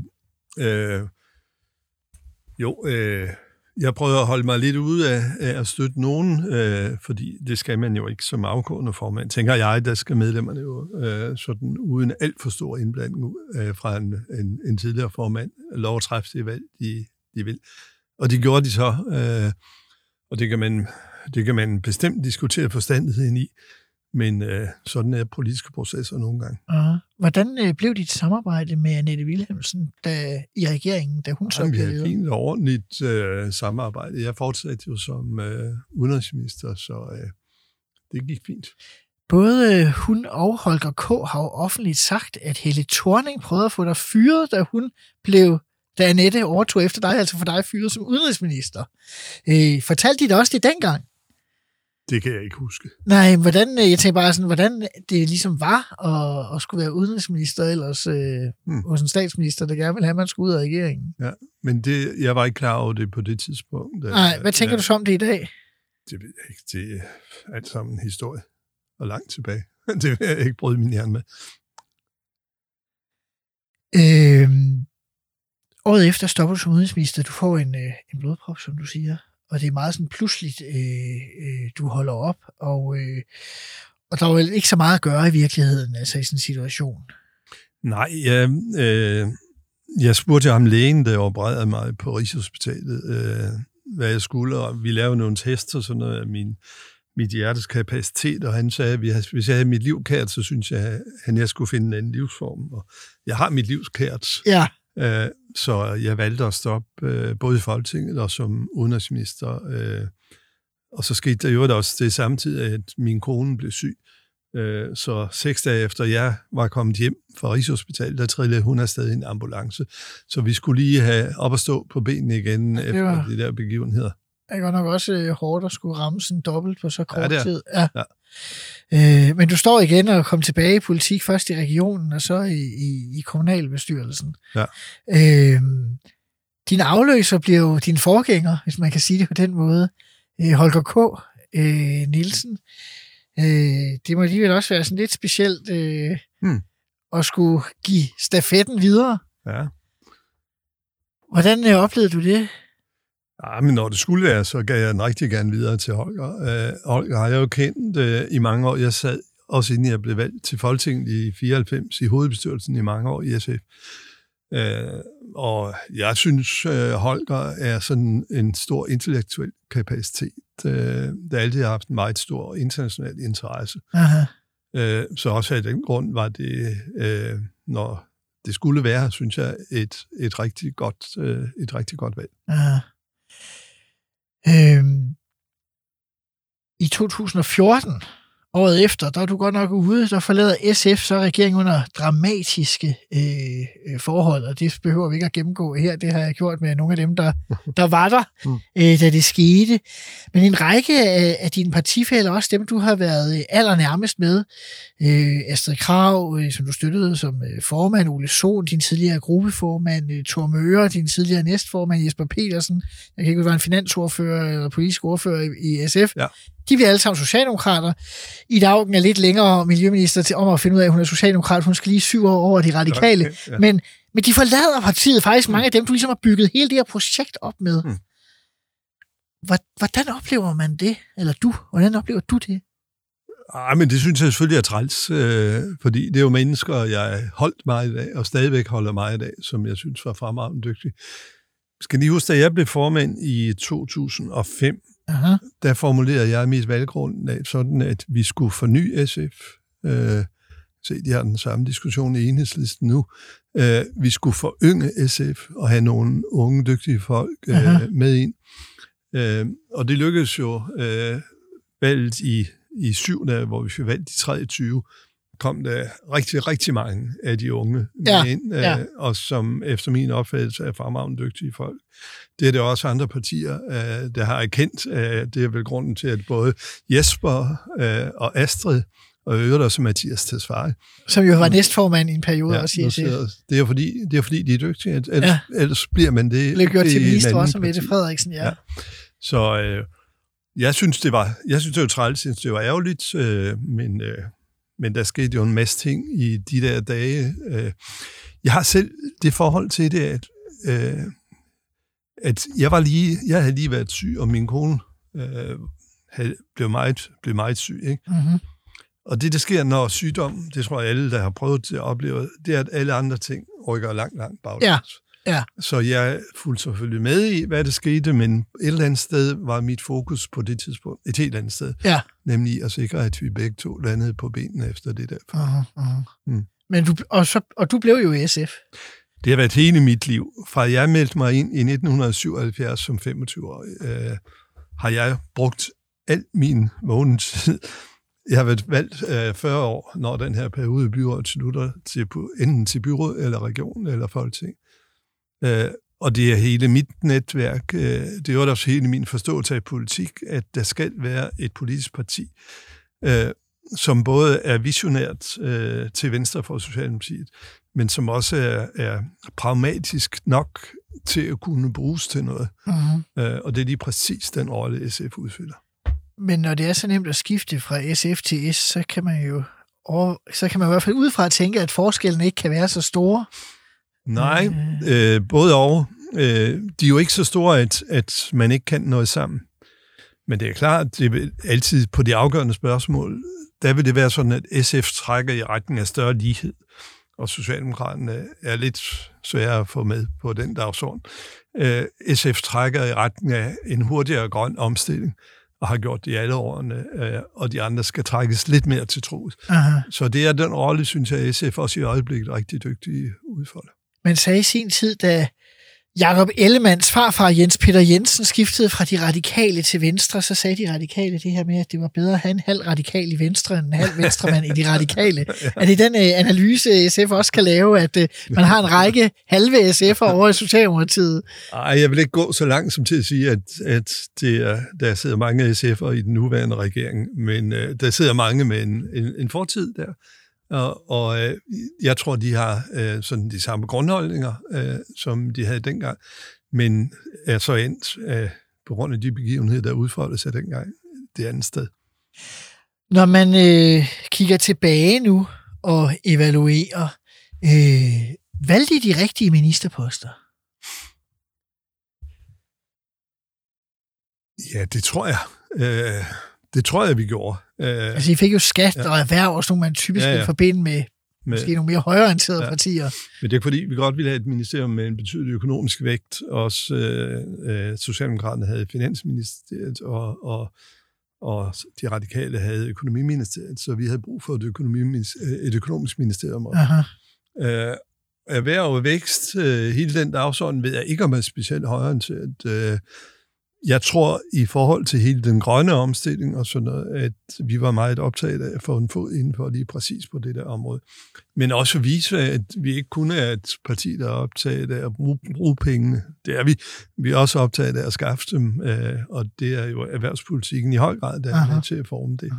Jeg prøver at holde mig lidt ude af at støtte nogen, fordi det skal man jo ikke som afgående formand. Tænker jeg, der skal medlemmerne jo sådan uden alt for stor indblanding fra en tidligere formand lov at træffe det valg, de vil. Og det gjorde de så, og det kan man bestemt diskutere forstandigheden i. Men sådan er politiske processer nogle gange. Hvordan blev dit samarbejde med Annette Wilhelmsen i regeringen, da hun så blev leder? Vi havde fint og ordentligt samarbejde. Jeg fortsatte jo som udenrigsminister, så det gik fint. Både hun og Holger K. har jo offentligt sagt, at Helle Thorning prøvede at få dig fyret, da Annette overtog efter dig, altså for dig fyret som udenrigsminister. Fortalte de dig også det dengang? Det kan jeg ikke huske. Nej, jeg tænker bare sådan, hvordan det ligesom var at skulle være udenrigsminister ellers hos en statsminister, der gerne ville have, at man skulle ud af regeringen. Ja, men jeg var ikke klar over det på det tidspunkt. Nej, hvad tænker du så om det i dag? Det ved jeg ikke. Det er alt sammen en historie, og langt tilbage. Det vil jeg ikke bryde min hjerne med. Året efter stopper du som udenrigsminister. Du får en blodprop, som du siger. Og det er meget sådan pludseligt, du holder op, og der er vel ikke så meget at gøre i virkeligheden, altså i sådan en situation. Nej, jeg spurgte ham lægen, der opererede mig på Rigshospitalet, hvad jeg skulle, og vi lavede nogle tests og sådan noget af mit hjertes kapacitet, og han sagde, at hvis jeg havde mit liv kært, så synes jeg, at jeg skulle finde en anden livsform, og jeg har mit liv kært. Ja. Så jeg valgte at stoppe både i Folketinget og som udenrigsminister. Og så skete der jo også det samtidig, at min kone blev syg. Så 6 dage efter jeg var kommet hjem fra Rigshospitalet, der trillede hun afsted i en ambulance. Så vi skulle lige have op at stå på benene igen efter de der begivenheder. Det var nok også hårdt at skulle ramme sådan dobbelt på så kort tid. Ja. Men du står igen og kommer tilbage i politik, først i regionen og så i kommunalbestyrelsen. Ja. Din afløser bliver jo din forgænger, hvis man kan sige det på den måde. Holger K. Nielsen. Det må alligevel også være sådan lidt specielt at skulle give stafetten videre. Ja. Hvordan oplevede du det? Ja, men når det skulle være, så gav jeg den rigtig gerne videre til Holger. Holger har jeg jo kendt i mange år. Jeg sad også inden jeg blev valgt til Folketinget i 94 i hovedbestyrelsen i mange år i SF. Og jeg synes, Holger er sådan en stor intellektuel kapacitet, der altid har haft en meget stor international interesse. Så også af den grund var det, når det skulle være, synes jeg, et rigtig godt valg. I 2014 Året efter, der er du godt nok ude, der forlader SF så regeringen under dramatiske forhold, og det behøver vi ikke at gennemgå her. Det har jeg gjort med nogle af dem, der var der, da det skete. Men en række af dine partifæller, også dem, du har været allernærmest med, Astrid Krag, som du støttede som formand, Ole Sohn, din tidligere gruppeformand, Thor Møre, din tidligere næstformand, Jesper Petersen, jeg kan ikke være en finansordfører eller politisk ordfører i SF, ja. De bliver alle sammen socialdemokrater. Ida Auken er lidt længere miljøminister om at finde ud af, at hun er socialdemokrat. Hun skal lige 7 år over de radikale. Okay, ja. Men de forlader partiet. Faktisk mange af dem, du ligesom har bygget hele det her projekt op med. Hvordan oplever man det? Eller du? Hvordan oplever du det? Men det synes jeg selvfølgelig er træls. Fordi det er jo mennesker, jeg holdt meget i dag, og stadigvæk holder meget i dag, som jeg synes var fremragende dygtige. Jeg skal lige huske, da jeg blev formand i 2005, aha, der formulerede jeg mit valggrundlag sådan, at vi skulle forny SF. Se, de har den samme diskussion i Enhedslisten nu. Vi skulle forynge SF og have nogle unge, dygtige folk med ind. Og det lykkedes jo valget i 7, hvor vi fik valgt i 23, kom der rigtig, rigtig mange af de unge med ind, og som efter min opfattelse er fremragende dygtige folk. Det er det også andre partier, der har erkendt. Det er vel grunden til, at både Jesper og Astrid, og øvrigt også Mathias Tesfaye, som jo var næstformand i en periode også i SF. Det er fordi de er dygtige. Ellers bliver man det. Blev gjort til minister også som Mette Frederiksen, ja. Så jeg synes, det var træls, jeg synes, det var ærgerligt, men der skete jo en masse ting i de der dage. Jeg har selv det forhold til det, at jeg havde lige været syg, og min kone blev meget syg. Ikke? Mm-hmm. Og det sker, når sygdom, det tror jeg alle, der har prøvet det at opleve, det er, at alle andre ting rykker langt baglæns. Ja. Så jeg fulgte selvfølgelig med i, hvad der skete, men et eller andet sted var mit fokus på det tidspunkt, et helt andet sted, nemlig at sikre, at vi begge to landede på benene efter det der. Men du blev jo i SF. Det har været hele mit liv. Fra jeg meldte mig ind i 1977 som 25-årig, har jeg brugt al min vågne tid. Jeg har været valgt 40 år, når den her periode i byrådet slutter, enten til byråd eller region eller folketing. Og det er hele mit netværk, det er jo også hele min forståelse af politik, at der skal være et politisk parti, som både er visionært til venstre for Socialdemokratiet, men som også er pragmatisk nok til at kunne bruges til noget. Mm-hmm. Og det er lige præcis den rolle, SF udfylder. Men når det er så nemt at skifte fra SF til S, så kan man jo i hvert fald udefra tænke, at forskellen ikke kan være så store. Nej, både og. De er jo ikke så store, at man ikke kan noget sammen. Men det er klart, det er altid på de afgørende spørgsmål, der vil det være sådan, at SF trækker i retning af større lighed, og Socialdemokraterne er lidt sværere at få med på den dagsorden. SF trækker i retning af en hurtigere grøn omstilling, og har gjort det i alle årene, og de andre skal trækkes lidt mere til troet. Så det er den rolle, synes jeg, SF også i øjeblikket rigtig dygtige udfolder. Man sagde i sin tid, da Jakob Ellemanns farfar Jens Peter Jensen skiftede fra de radikale til venstre, så sagde de radikale det her med, at det var bedre at have en halv radikal i venstre end en halv venstremand i de radikale. Er det den analyse, SF også kan lave, at man har en række halve SF'er over i Socialdemokratiet? Nej, jeg vil ikke gå så langt som til at sige, at der sidder mange SF'er i den nuværende regering, men der sidder mange med en fortid der. Og jeg tror, de har sådan de samme grundholdninger, som de havde dengang, men er så endt på grund af de begivenheder, der udfoldede sig dengang det andet sted. Når man kigger tilbage nu og evaluerer, valgte de rigtige ministerposter? Ja, det tror jeg. Det tror jeg, vi gjorde. Altså, I fik jo skat og erhverv, og sådan nogle, man typisk vil forbinde med måske nogle mere højreorienterede partier. Men det er fordi, vi godt ville have et ministerium med en betydelig økonomisk vægt. Også Socialdemokraterne havde Finansministeriet, og de radikale havde Økonomiministeriet, så vi havde brug for et økonomisk ministerium. Erhverv og vækst, hele den dagsorden ved jeg ikke, om man er specielt højreorienteret. Jeg tror, i forhold til hele den grønne omstilling og sådan noget, at vi var meget optaget af at få en fod indenfor lige præcis på det der område. Men også vise, at vi ikke kun er et parti, der er optaget af at bruge pengene. Det er vi. Vi er også optaget af at skaffe dem, og det er jo erhvervspolitikken i høj grad, der er med til at forme det.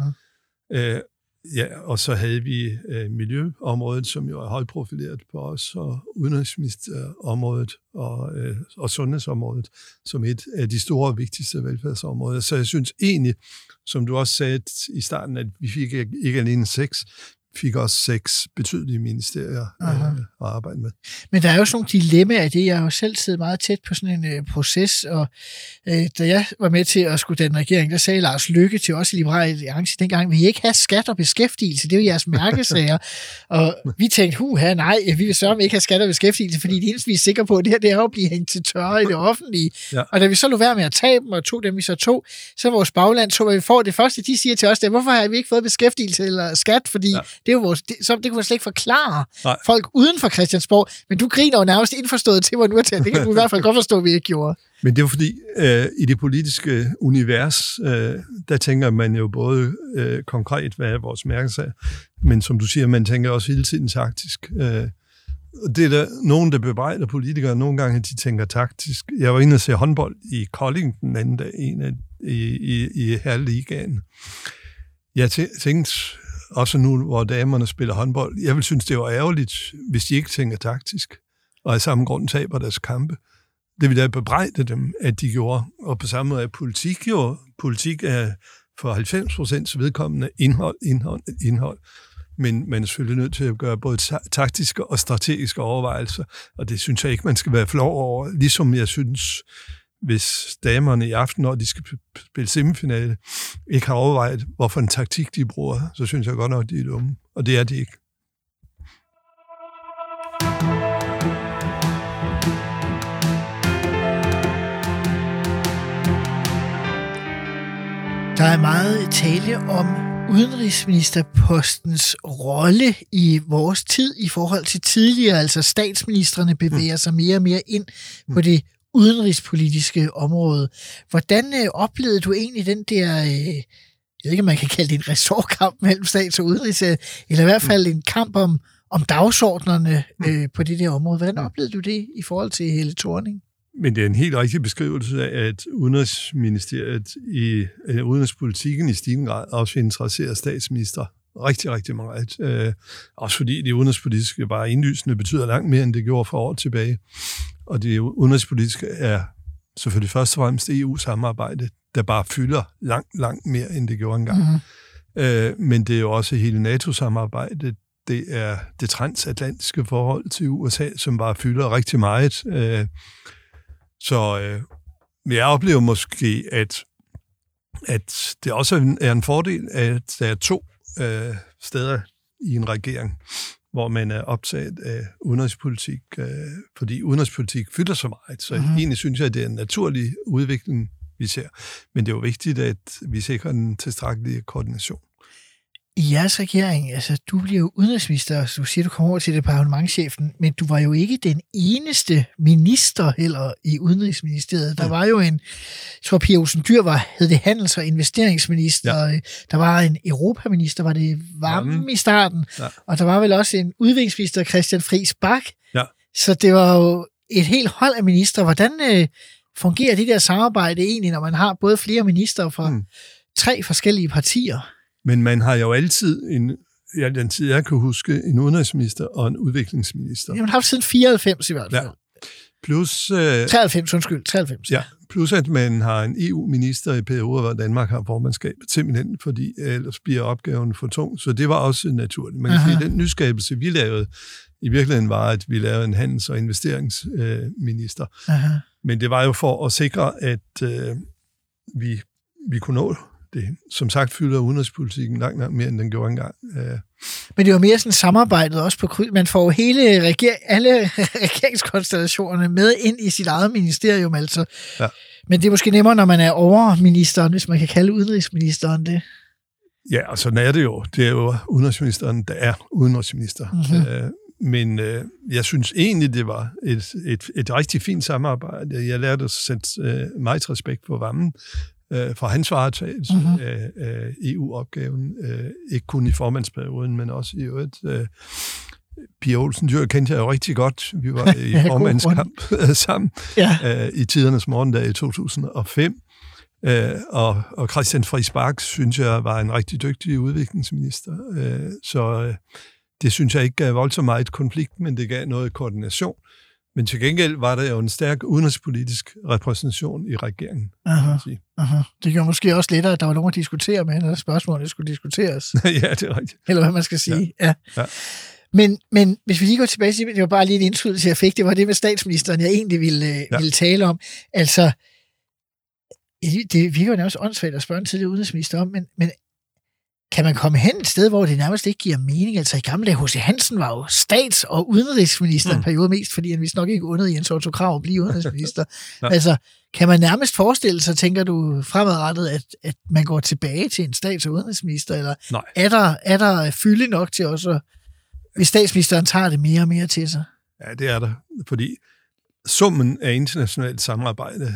Ja, og så havde vi miljøområdet, som jo er højprofileret på os, og udenrigsministerområdet og sundhedsområdet, som et af de store og vigtigste velfærdsområder. Så jeg synes egentlig, som du også sagde i starten, at vi fik ikke alene 6, fik også 6 betydelige ministerier at arbejde med. Men der er jo sådan nogle dilemmaer i det. Jeg har jo selv siddet meget tæt på sådan en proces, og da jeg var med til at skulle danne regering, der sagde Lars Løkke til os i Liberal Alliance dengang, vi ikke have skat og beskæftigelse, det er jo jeres mærkesager. Og vi tænkte, nej, vi vil sørge ikke have skat og beskæftigelse, fordi det eneste, vi er sikre på, det her, det er jo at blive hængt til tørre i det offentlige. Ja. Og da vi så lå være med at tage dem, og tog dem, vi så tog, så vores bagland tog, hvad vi får. Det første, de siger til os, det er, hvorfor har vi ikke fået beskæftigelse eller skat, fordi det er jo vores, det kunne man slet ikke forklare folk uden for Christiansborg, men du griner jo nærmest indforstået til, hvor nu er til. Det kan du i hvert fald godt forstå, at vi ikke gjorde. Men det er fordi, i det politiske univers, der tænker man jo både konkret, hvad er vores mærkesag, men som du siger, man tænker også hele tiden taktisk. Det er der nogen, der bebrejder politikere, nogle gange de tænker taktisk. Jeg var inde og se håndbold i Kolding den anden dag, i herreligaen. Jeg tænkte også nu, hvor damerne spiller håndbold, jeg vil synes, det var ærgerligt, hvis de ikke tænker taktisk, og af samme grund taber deres kampe. Det vil da bebrejde dem, at de gjorde. Og på samme måde er politik jo. Politik er for 90% vedkommende indhold. Men man er selvfølgelig nødt til at gøre både taktiske og strategiske overvejelser, og det synes jeg ikke, man skal være flov over. Ligesom jeg synes, hvis damerne i aften, når de skal spille semifinale, ikke har overvejet, hvorfor en taktik de bruger, så synes jeg godt nok, de er dumme. Og det er de ikke. Der er meget tale om udenrigsministerpostens rolle i vores tid i forhold til tidligere, altså statsministrene bevæger sig mere og mere ind på det udenrigspolitiske område. Hvordan oplevede du egentlig den der, jeg ved ikke, om man kan kalde det en ressortkamp mellem stats- og udenrigs, eller i hvert fald en kamp om dagsordnerne på det der område. Hvordan oplevede du det i forhold til Helle Thorning? Men det er en helt rigtig beskrivelse af, at Udenrigsministeriet i udenrigspolitikken i stigende grad også interesserer statsminister rigtig, rigtig meget. Også fordi det udenrigspolitiske bare indlysende betyder langt mere, end det gjorde for år tilbage. Og det udenrigspolitiske er selvfølgelig først og fremmest EU-samarbejde, der bare fylder langt mere, end det gjorde engang. Mm-hmm. Men det er jo også hele NATO-samarbejdet. Det er det transatlantiske forhold til USA, som bare fylder rigtig meget. Så jeg oplever måske, at det også er en fordel, at der er 2 steder i en regering, hvor man er optaget af udenrigspolitik, fordi udenrigspolitik fylder så meget. Så egentlig synes jeg, at det er en naturlig udvikling, vi ser. Men det er jo vigtigt, at vi sikrer en tilstrækkelig koordination. I jeres regering, altså du bliver jo udenrigsminister, så du siger, du kommer over til departementschefen, men du var jo ikke den eneste minister heller i Udenrigsministeriet. Der var jo jeg tror Pia Olsen Dyhr hed det handels- og investeringsminister, der var en europaminister, var det varme i starten, og der var vel også en udviklingsminister, Christian Friis Bach. Ja. Så det var jo et helt hold af ministre. Hvordan fungerer det der samarbejde egentlig, når man har både flere ministre fra 3 forskellige partier? Men man har jo altid, den tid jeg kan huske, en udenrigsminister og en udviklingsminister. Jamen har haft siden 94 i hvert fald. Ja. Plus, 93. Ja, plus at man har en EU-minister i perioder, hvor Danmark har formandskabet, simpelthen fordi ellers bliver opgaven for tung. Så det var også naturligt. Man kan sige, den nyskabelse, vi lavede, i virkeligheden var, at vi lavede en handels- og investeringsminister. Men det var jo for at sikre, at vi kunne nå det. Som sagt fylder udenrigspolitikken langt mere, end den gjorde engang. Men det var mere sådan samarbejdet også på kryds. Man får jo alle regeringskonstellationerne med ind i sit eget ministerium, altså. Ja. Men det er måske nemmere, når man er overministeren, hvis man kan kalde udenrigsministeren det. Ja, og sådan er det jo. Det er jo udenrigsministeren, der er udenrigsminister. Men jeg synes egentlig, det var et rigtig fint samarbejde. Jeg lærte at sætte meget respekt for Wammen, for hans varetagelse af EU-opgaven, ikke kun i formandsperioden, men også i øvrigt. Pia Olsen Dyhr kendte jeg jo rigtig godt. Vi var i formandskamp sammen i tidernes morgendag i 2005. Og Christian Friis Bach, synes jeg, var en rigtig dygtig udviklingsminister. Så det synes jeg ikke gav voldsomt meget konflikt, men det gav noget koordination. Men til gengæld var der jo en stærk udenrigspolitisk repræsentation i regeringen. Det gjorde måske også lettere, at der var nogen at diskutere med, når spørgsmålet skulle diskuteres. Ja, det er rigtigt. Eller hvad man skal sige. Ja. Men hvis vi lige går tilbage til, det var bare lige en indskydelse, jeg fik, det var det med statsministeren, jeg egentlig ville tale om. Altså, det virker jo nærmest åndssvagt at spørge en tidligere udenrigsminister om, men kan man komme hen et sted, hvor det nærmest ikke giver mening? Altså i gamle dage, H.C. Hansen var jo stats- og udenrigsminister en periode mest, fordi han vist nok ikke undede Jens Otto Krag at blive udenrigsminister. Altså, kan man nærmest forestille sig, tænker du fremadrettet, at man går tilbage til en stats- og udenrigsminister, eller er der fylde nok til også, hvis statsministeren tager det mere og mere til sig? Ja, det er der, fordi summen af internationalt samarbejde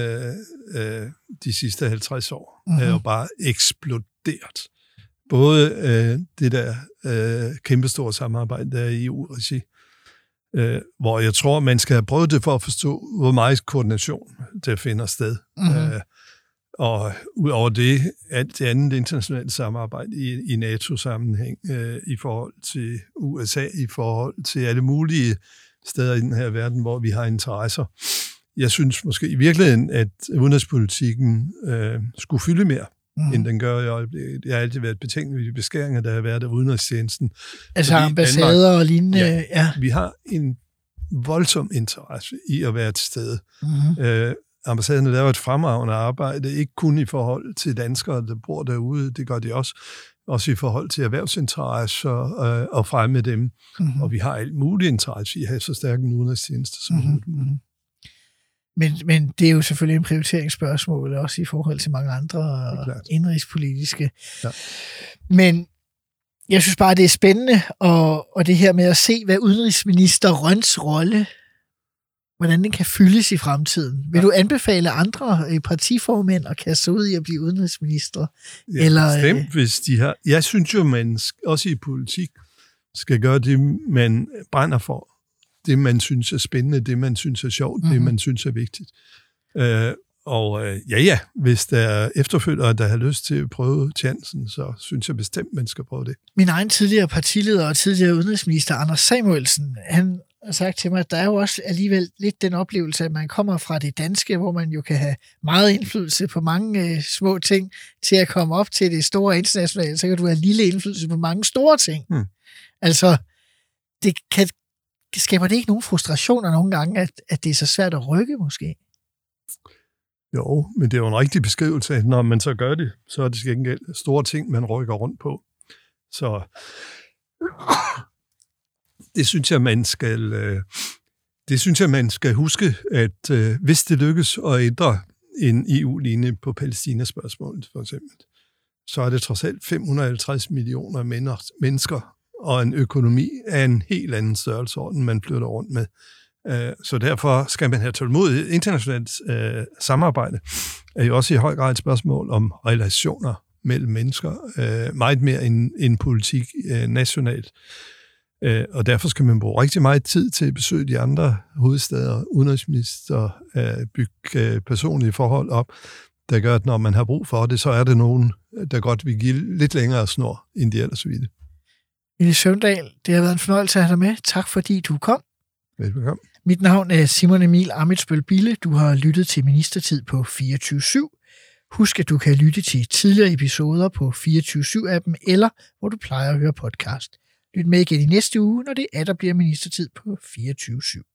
de sidste 50 år er jo bare eksploderet. Både det der kæmpestore samarbejde, der er i EU-regi, hvor jeg tror, man skal have prøvet det for at forstå, hvor meget koordination der finder sted. Og udover det, alt det andet internationale samarbejde i NATO-sammenhæng, i forhold til USA, i forhold til alle mulige steder i den her verden, hvor vi har interesser. Jeg synes måske i virkeligheden, at udenrigspolitikken skulle fylde mere, end den gør i øjeblikket. Jeg har altid været betænkelig ved de beskæringer, der har været af udenrigstjenesten. Altså ambassader og lignende. Ja. Vi har en voldsom interesse i at være til stede. Ambassaderne laver et fremragende arbejde, ikke kun i forhold til danskere, der bor derude, det gør de også i forhold til erhvervsinteresser og fremme dem. Og vi har alt muligt interesse i at have så stærk en udenrigstjeneste som muligt. Men det er jo selvfølgelig en prioriteringsspørgsmål, også i forhold til mange andre indrigspolitiske. Ja. Men jeg synes bare, det er spændende, og det her med at se, hvad udenrigsminister Røns rolle, hvordan den kan fyldes i fremtiden. Vil du anbefale andre partiformænd at kaste sig ud i at blive udenrigsminister? Ja, eller bestemt, hvis de har. Jeg synes jo, man også i politik skal gøre det, man brænder for. Det, man synes er spændende, det, man synes er sjovt, det, man synes er vigtigt. Hvis der er efterfølgere, der har lyst til at prøve chancen, så synes jeg bestemt, man skal prøve det. Min egen tidligere partileder og tidligere udenrigsminister, Anders Samuelsen, han har sagt til mig, at der er jo også alligevel lidt den oplevelse, at man kommer fra det danske, hvor man jo kan have meget indflydelse på mange små ting, til at komme op til det store internationale, så kan du have lille indflydelse på mange store ting. Altså, skaber det ikke nogen frustrationer nogle gange, at det er så svært at rykke måske? Jo, men det er jo en rigtig beskrivelse, at når man så gør det, så er det ikke store ting, man rykker rundt på. Så det synes jeg, man skal huske, at hvis det lykkes at ændre en EU-linje på Palæstina-spørgsmålet, for eksempel, så er det trods alt 550 millioner mennesker og en økonomi af en helt anden størrelsesorden, man flytter rundt med. Så derfor skal man have tålmodighed. Internationalt samarbejde er jo også i høj grad et spørgsmål om relationer mellem mennesker, meget mere end politik nationalt. Og derfor skal man bruge rigtig meget tid til at besøge de andre hovedsteder, udenrigsminister, bygge personlige forhold op, der gør, at når man har brug for det, så er det nogen, der godt vil give lidt længere snor, end de ellers ville. Villy Søvndal, det har været en fornøjelse at have dig med. Tak fordi du kom. Velbekomme. Mit navn er Simon Emil Ammitzbøll Bille. Du har lyttet til Ministertid på 24/7. Husk, at du kan lytte til tidligere episoder på 24/7-appen, eller hvor du plejer at høre podcast. Lyt med igen i næste uge, når det atter bliver Ministertid på 24/7.